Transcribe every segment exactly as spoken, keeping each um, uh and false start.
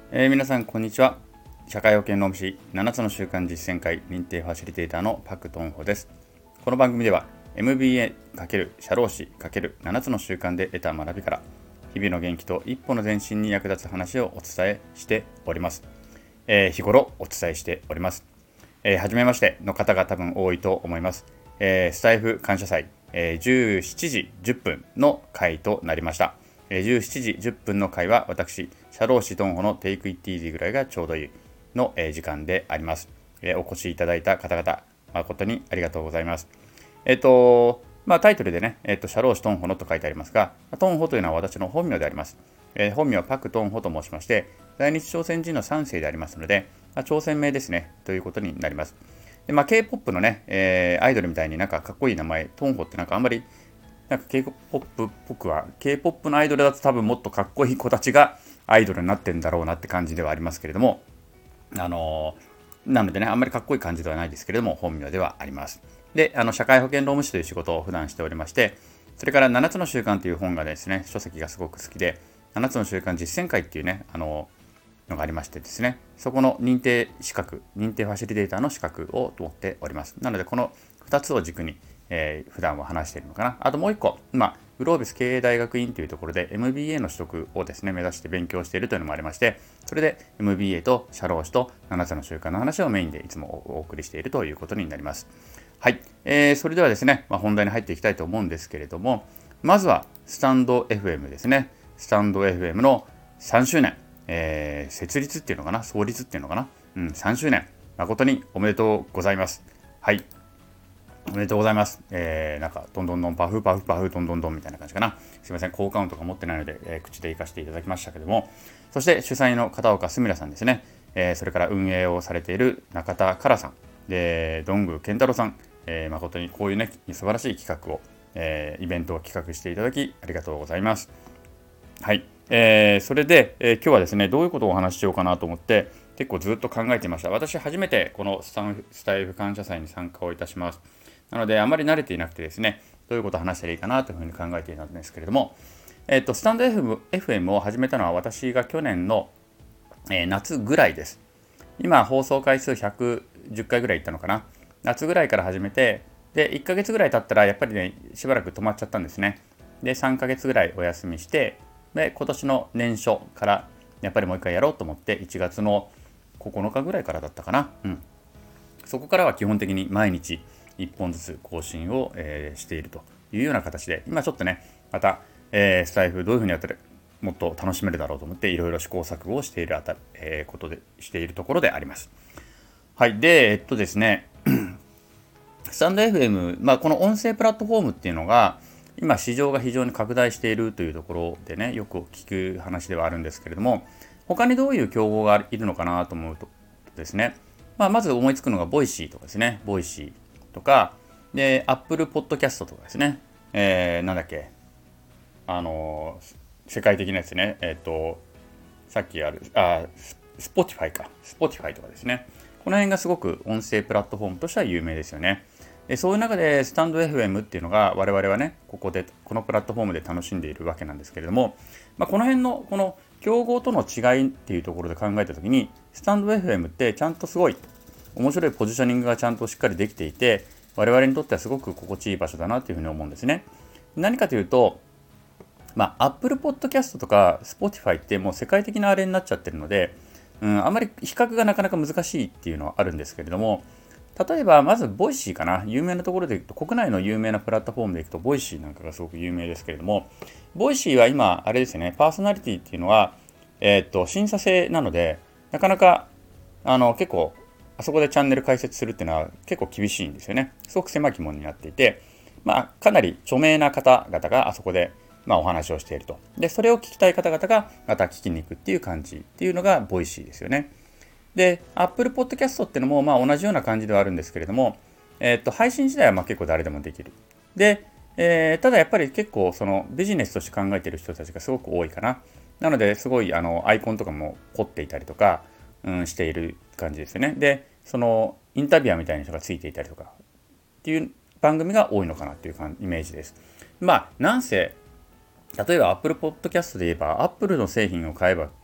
えー皆さんこんにちは。社会保険労務士ななつの習慣実践会認定ファシリテーターのパクトンホです。この番組では エムビーエー× 社労士 ×なな つの習慣で得た学びから日々の元気と一歩の前進に役立つ話をお伝えしております。えー日頃お伝えしております。えー、初めましての方が多分多いと思います。えースタイフ感謝祭、えーじゅうしちじじゅっぷんの回となりました。えーじゅうしちじじゅっぷんの回は私、社労士トンホのテイクイッティージーぐらいがちょうどいいの、えー時間であります。えーお越しいただいた方々、誠にありがとうございます。えっ、と、まあタイトルでね、えっ、と、社労士トンホのと書いてありますが、トンホというのは私の本名であります。えー本名はパクトンホと申しまして、在日朝鮮人のさん世でありますので、まあ、朝鮮名ですね、ということになります。で、まあ、K-ポップ のね、えーアイドルみたいになんかかっこいい名前、トンホってなんかあんまり、なんか K-ポップ っぽくは、K-ポップ のアイドルだと多分もっとかっこいい子たちがアイドルになってんだろうなって感じではありますけれども、あのーなのでね、あんまりかっこいい感じではないですけれども、本名ではあります。で、あの、社会保険労務士という仕事を普段しておりまして、それからななつの習慣という本がですね、書籍がすごく好きで、ななつの習慣実践会っていうね、あののがありましてですね、そこの認定資格、認定ファシリテーターの資格を持っております。なので、このふたつを軸に、えー普段は話しているのかな。あともういっこ、今、グロービス経営大学院というところで エムビーエー の取得をですね、目指して勉強しているというのもありまして、それで エムビーエー と社労士とななつの習慣の話をメインでいつもお送りしているということになります。はい。えー、それではですね、まあ、本題に入っていきたいと思うんですけれども、まずはスタンド エフエム ですね。スタンド エフエム のさんしゅうねん。えー設立っていうのかな、創立っていうのかな、うん、さんしゅうねん、誠におめでとうございます。はい、おめでとうございます。えー、なんか、どんどんどん、パフパフパフ、どんどんどんみたいな感じかな。すいません、高カウントが持ってないので、えー口で活かしていただきましたけども、そして主催の片岡すみらさんですね、えーそれから運営をされている中田香良さん、で、どんぐ健太郎さん、えー誠にこういうね、素晴らしい企画を、えーイベントを企画していただき、ありがとうございます。はい、えーそれで、えー今日はですね、どういうことをお話ししようかなと思って結構ずっと考えていました。私初めてこのスタンスタイフ感謝祭に参加をいたします。なのであまり慣れていなくてですね、どういうことを話したらいいかなというふうに考えていたんですけれども、えっとスタンド エフエム を始めたのは私が去年の、えー夏ぐらいです。今放送回数ひゃくじゅっかいぐらいいったのかな。夏ぐらいから始めて、でいっかげつぐらい経ったらやっぱりね、しばらく止まっちゃったんですね。でさんかげつぐらいお休みして、で今年の年初からやっぱりもう一回やろうと思って、いちがつのここのかぐらいからだったかな、うん、そこからは基本的に毎日いっぽんずつ更新を、えーしているというような形で、今ちょっとねまた、えースタイフどういうふうにやったらもっと楽しめるだろうと思っていろいろ試行錯誤をしているあた、えーことでしているところであります。はい。で、えっとですね、スタンド エフエム、まあ、この音声プラットフォームっていうのが、今市場が非常に拡大しているというところでね、よく聞く話ではあるんですけれども、他にどういう競合がいるのかなと思うとですね、まあ、まず思いつくのがボイシーとかですね、ボイシーとか、で、Apple Podcast とかですね、えー、なんだっけ、あのー世界的なやつね、えっ、と、さっきある、あ、Spotify か、Spotify とかですね、この辺がすごく音声プラットフォームとしては有名ですよね。でそういう中でスタンド エフエム っていうのが我々はね、ここで、このプラットフォームで楽しんでいるわけなんですけれども、まあ、この辺のこの競合との違いっていうところで考えたときに、スタンド エフエム ってちゃんとすごい面白いポジショニングがちゃんとしっかりできていて、我々にとってはすごく心地いい場所だなというふうに思うんですね。何かというと、まあ、Apple Podcast とか Spotify ってもう世界的なあれになっちゃってるので、うん、あまり比較がなかなか難しいっていうのはあるんですけれども、例えばまずボイシーかな、有名なところでいくと、国内の有名なプラットフォームでいくとボイシーなんかがすごく有名ですけれども、ボイシーは今あれですね、パーソナリティっていうのは、えーっと審査制なので、なかなかあの結構あそこでチャンネル開設するっていうのは結構厳しいんですよね。すごく狭き門になっていて、まあ、かなり著名な方々があそこでまあお話をしていると。で、それを聞きたい方々がまた聞きに行くっていう感じっていうのがボイシーですよね。で、Apple Podcast っていうのもまあ同じような感じではあるんですけれども、えっと、配信自体はまあ結構誰でもできる。で、えーただやっぱり結構そのビジネスとして考えている人たちがすごく多いかな。なので、すごいあのアイコンとかも凝っていたりとか、うん、している感じですよね。で、そのインタビュアーみたいな人がついていたりとかっていう番組が多いのかなっていうイメージです。まあ、なんせ、例えば Apple Podcast で言えば、Apple の製品を買えば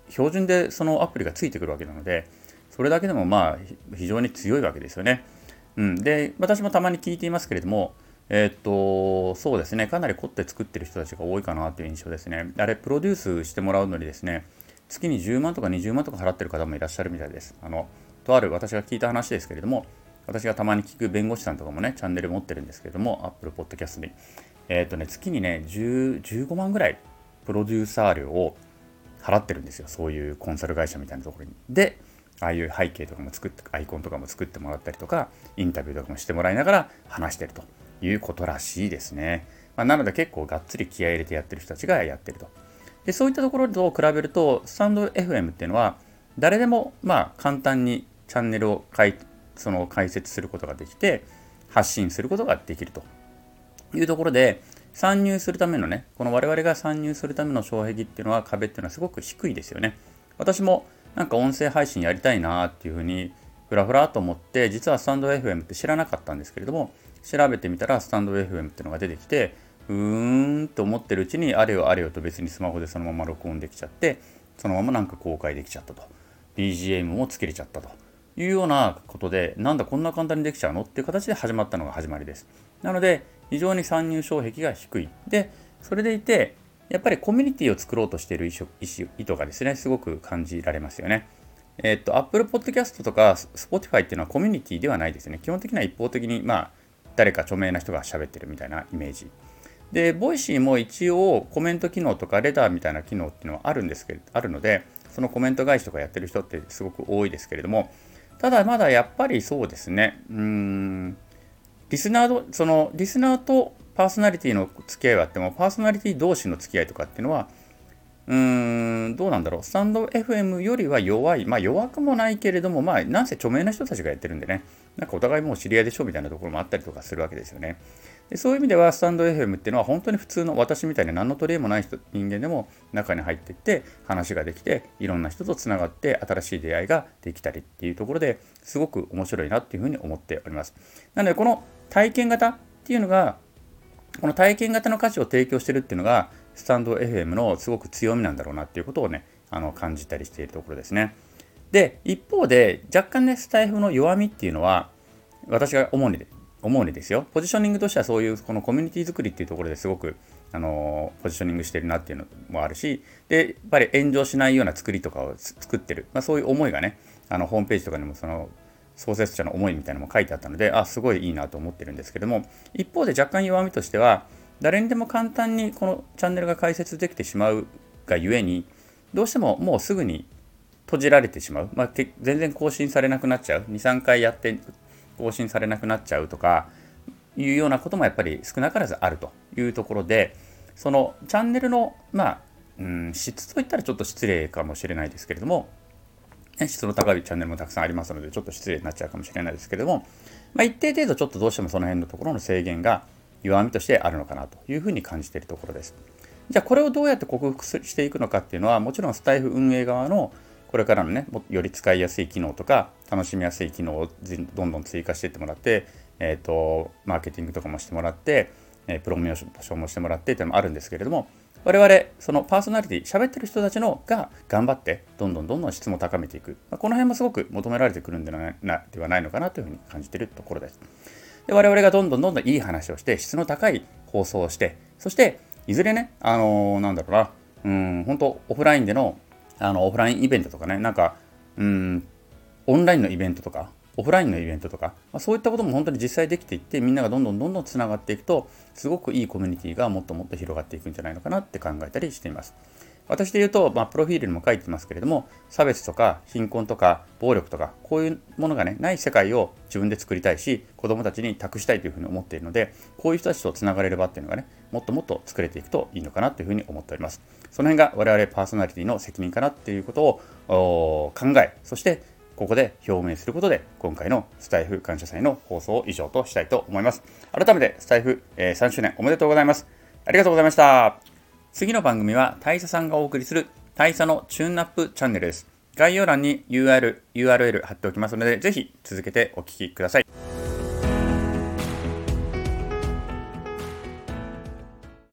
標準でそのアプリがついてくるわけなので、それだけでもまあ非常に強いわけですよね。うん、で私もたまに聞いていますけれども、えー、っとそうですね、かなり凝って作ってる人たちが多いかなという印象ですね。あれプロデュースしてもらうのにですね、月にじゅうまんとかにじゅうまんとか払ってる方もいらっしゃるみたいです。あのとある私が聞いた話ですけれども、私がたまに聞く弁護士さんとかもねチャンネル持ってるんですけれども、 Apple Podcast にえー、っとね月にねじゅう、じゅうごまんぐらいプロデューサー料を払ってるんですよ。そういうコンサル会社みたいなところに。でああいう背景とかも作ってアイコンとかも作ってもらったりとか、インタビューとかもしてもらいながら話してるということらしいですね。まあ、なので結構がっつり気合い入れてやってる人たちがやってると。でそういったところと比べるとスタンド エフエム っていうのは誰でもまあ簡単にチャンネルを開その開設することができて発信することができるというところで、参入するためのね、この我々が参入するための障壁っていうのは、壁っていうのはすごく低いですよね。私もなんか音声配信やりたいなっていうふうにふらふらと思って、実はスタンド エフエム って知らなかったんですけれども、調べてみたらスタンド エフエム っていうのが出てきて、うーんと思ってるうちにあれよあれよと別にスマホでそのまま録音できちゃって、そのままなんか公開できちゃったと、 ビージーエム もつけれちゃったというようなことで、なんだこんな簡単にできちゃうのっていう形で始まったのが始まりです。なので非常に参入障壁が低い。でそれでいてやっぱりコミュニティを作ろうとしている意図意図がですね、すごく感じられますよね。えっと Apple Podcast とか Spotify っていうのはコミュニティではないですね。基本的には一方的にまあ誰か著名な人が喋ってるみたいなイメージで、ボイシーも一応コメント機能とかレターみたいな機能っていうのはあるんですけどあるので、そのコメント返しとかやってる人ってすごく多いですけれども、ただまだやっぱりそうですね、うーんリスナーそのリスナーとパーソナリティの付き合いはあっても、パーソナリティ同士の付き合いとかっていうのはうーんどうなんだろう、スタンド エフエム よりは弱い、まあ弱くもないけれども、まあなんせ著名な人たちがやってるんでね、なんかお互いもう知り合いでしょみたいなところもあったりとかするわけですよね。でそういう意味ではスタンド エフエム っていうのは本当に普通の私みたいに何の取り柄もない人人間でも中に入っていって話ができて、いろんな人とつながって新しい出会いができたりっていうところですごく面白いなっていうふうに思っております。なのでこの体験型っていうのが、この体験型の価値を提供してるっていうのがスタンド エフエム のすごく強みなんだろうなっていうことをね、あの感じたりしているところですね。で一方で若干ね、スタイフの弱みっていうのは、私が主に思うにですよ、ポジショニングとしてはそういうこのコミュニティ作りっていうところですごくあのポジショニングしてるなっていうのもあるし、でやっぱり炎上しないような作りとかを作ってる、まあ、そういう思いがね、あのホームページとかにもその創設者の思いみたいなのも書いてあったので、あすごいいいなと思ってるんですけども、一方で若干弱みとしては、誰にでも簡単にこのチャンネルが開設できてしまうがゆえに、どうしてももうすぐに閉じられてしまう、まあ、全然更新されなくなっちゃう、にさんかいやって更新されなくなっちゃうとかいうようなこともやっぱり少なからずあるというところで、そのチャンネルのまあ、うん、質といったらちょっと失礼かもしれないですけれども、質の高いチャンネルもたくさんありますのでちょっと失礼になっちゃうかもしれないですけれども、まあ、一定程度ちょっとどうしてもその辺のところの制限が弱みとしてあるのかなというふうに感じているところです。じゃあこれをどうやって克服していくのかっていうのは、もちろんスタイフ運営側のこれからのね、より使いやすい機能とか楽しみやすい機能をどんどん追加していってもらって、えーと、マーケティングとかもしてもらって、えー、プロモーションもしてもらってっていうのもあるんですけれども、我々そのパーソナリティ喋ってる人たちのが頑張ってどんどんどんどん質も高めていく、まあ、この辺もすごく求められてくるんではないのかなというふうに感じているところです。で我々がどんどんどんどんいい話をして質の高い放送をして、そしていずれね、あのー、なんだろうな、うん本当オフラインでのあのオフラインイベントとかね、なんかうんオンラインのイベントとかオフラインのイベントとか、まあ、そういったことも本当に実際できていって、みんながどんどんどんどんつながっていくと、すごくいいコミュニティがもっともっと広がっていくんじゃないのかなって考えたりしています。私で言うと、まあ、プロフィールにも書いてますけれども、差別とか貧困とか暴力とかこういうものがねない世界を自分で作りたいし、子どもたちに託したいというふうに思っているので、こういう人たちとつながれる場っていうのがね、もっともっと作れていくといいのかなというふうに思っております。その辺が我々パーソナリティの責任かなっていうことを考え、そしてここで表明することで、今回のスタイフ感謝祭の放送を以上としたいと思います。改めてスタイフ、えー、さんしゅうねんおめでとうございます。ありがとうございました。次の番組は大佐さんがお送りする大佐のチューンナップチャンネルです。概要欄に ユーアールエル 貼っておきますので、ぜひ続けてお聞きください。